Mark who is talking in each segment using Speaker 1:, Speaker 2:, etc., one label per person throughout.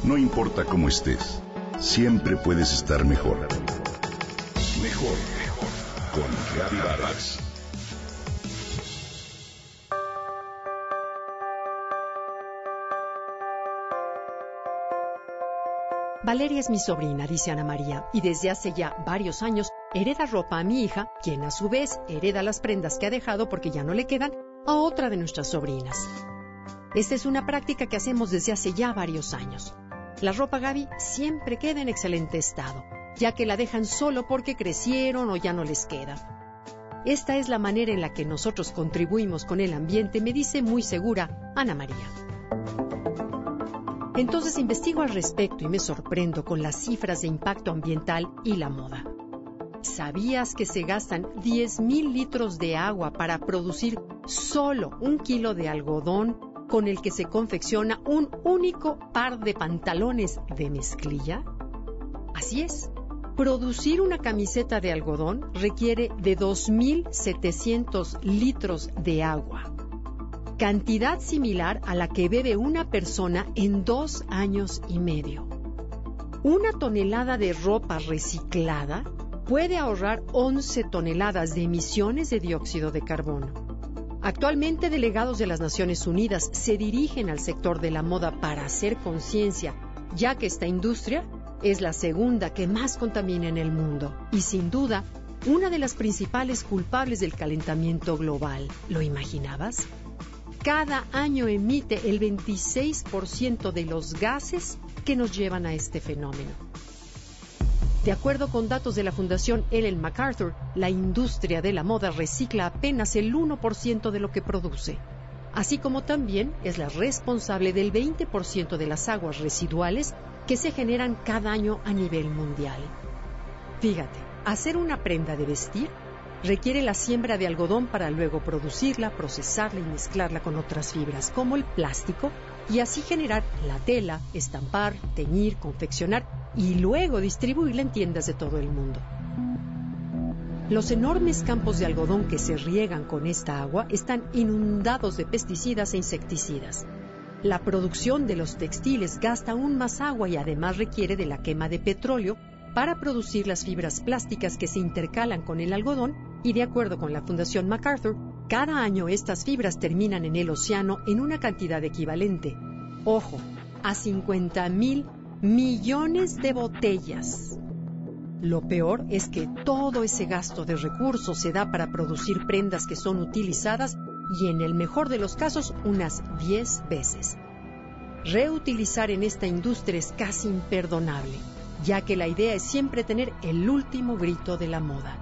Speaker 1: No importa cómo estés, siempre puedes estar mejor. Mejor, mejor. Con Gaby Vargas.
Speaker 2: Valeria es mi sobrina, dice Ana María, y desde hace ya varios años hereda ropa a mi hija, quien a su vez hereda las prendas que ha dejado porque ya no le quedan a otra de nuestras sobrinas. Esta es una práctica que hacemos desde hace ya varios años. La ropa Gaby siempre queda en excelente estado, ya que la dejan solo porque crecieron o ya no les queda. Esta es la manera en la que nosotros contribuimos con el ambiente, me dice muy segura Ana María. Entonces investigo al respecto y me sorprendo con las cifras de impacto ambiental y la moda. ¿Sabías que se gastan 10,000 litros de agua para producir solo 1 kilo de algodón con el que se confecciona un único par de pantalones de mezclilla? Así es. Producir una camiseta de algodón requiere de 2,700 litros de agua. Cantidad similar a la que bebe una persona en 2 años y medio. Una tonelada de ropa reciclada puede ahorrar 11 toneladas de emisiones de dióxido de carbono. Actualmente, delegados de las Naciones Unidas se dirigen al sector de la moda para hacer conciencia, ya que esta industria es la segunda que más contamina en el mundo y, sin duda, una de las principales culpables del calentamiento global. ¿Lo imaginabas? Cada año emite el 26% de los gases que nos llevan a este fenómeno. De acuerdo con datos de la Fundación Ellen MacArthur, la industria de la moda recicla apenas el 1% de lo que produce, así como también es la responsable del 20% de las aguas residuales que se generan cada año a nivel mundial. Fíjate, hacer una prenda de vestir requiere la siembra de algodón para luego producirla, procesarla y mezclarla con otras fibras, como el plástico, y así generar la tela, estampar, teñir, confeccionar y luego distribuirla en tiendas de todo el mundo. Los enormes campos de algodón que se riegan con esta agua están inundados de pesticidas e insecticidas. La producción de los textiles gasta aún más agua y además requiere de la quema de petróleo para producir las fibras plásticas que se intercalan con el algodón y, de acuerdo con la Fundación MacArthur, cada año estas fibras terminan en el océano en una cantidad equivalente, ojo, a 50,000 millones de botellas. Lo peor es que todo ese gasto de recursos se da para producir prendas que son utilizadas y, en el mejor de los casos, unas 10 veces. Reutilizar en esta industria es casi imperdonable, ya que la idea es siempre tener el último grito de la moda.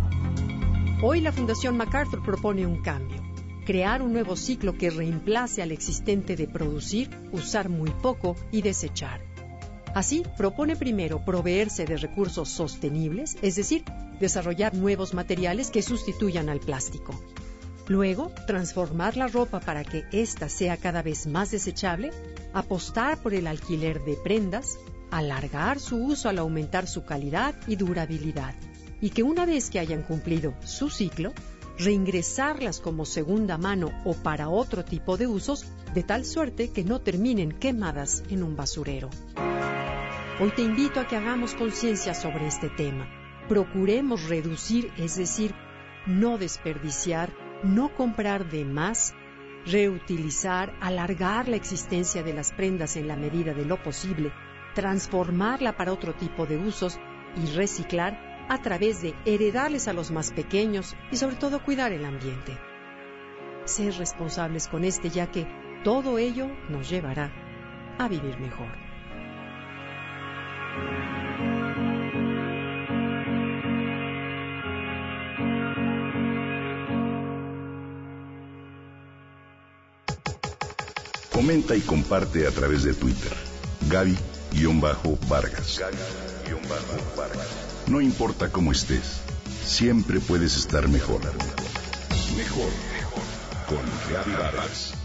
Speaker 2: Hoy la Fundación MacArthur propone un cambio, crear un nuevo ciclo que reemplace al existente de producir, usar muy poco y desechar. Así, propone primero proveerse de recursos sostenibles, es decir, desarrollar nuevos materiales que sustituyan al plástico. Luego, transformar la ropa para que ésta sea cada vez más desechable, apostar por el alquiler de prendas, alargar su uso al aumentar su calidad y durabilidad, y que una vez que hayan cumplido su ciclo, reingresarlas como segunda mano o para otro tipo de usos, de tal suerte que no terminen quemadas en un basurero. Hoy te invito a que hagamos conciencia sobre este tema. Procuremos reducir, es decir, no desperdiciar, no comprar de más, reutilizar, alargar la existencia de las prendas en la medida de lo posible, transformarla para otro tipo de usos y reciclar a través de heredarles a los más pequeños y sobre todo cuidar el ambiente. Ser responsables con ya que todo ello nos llevará a vivir mejor.
Speaker 1: Comenta y comparte a través de Twitter. Gaby-Vargas. No importa cómo estés, siempre puedes estar mejor. Mejor, mejor. Con Gaby Vargas.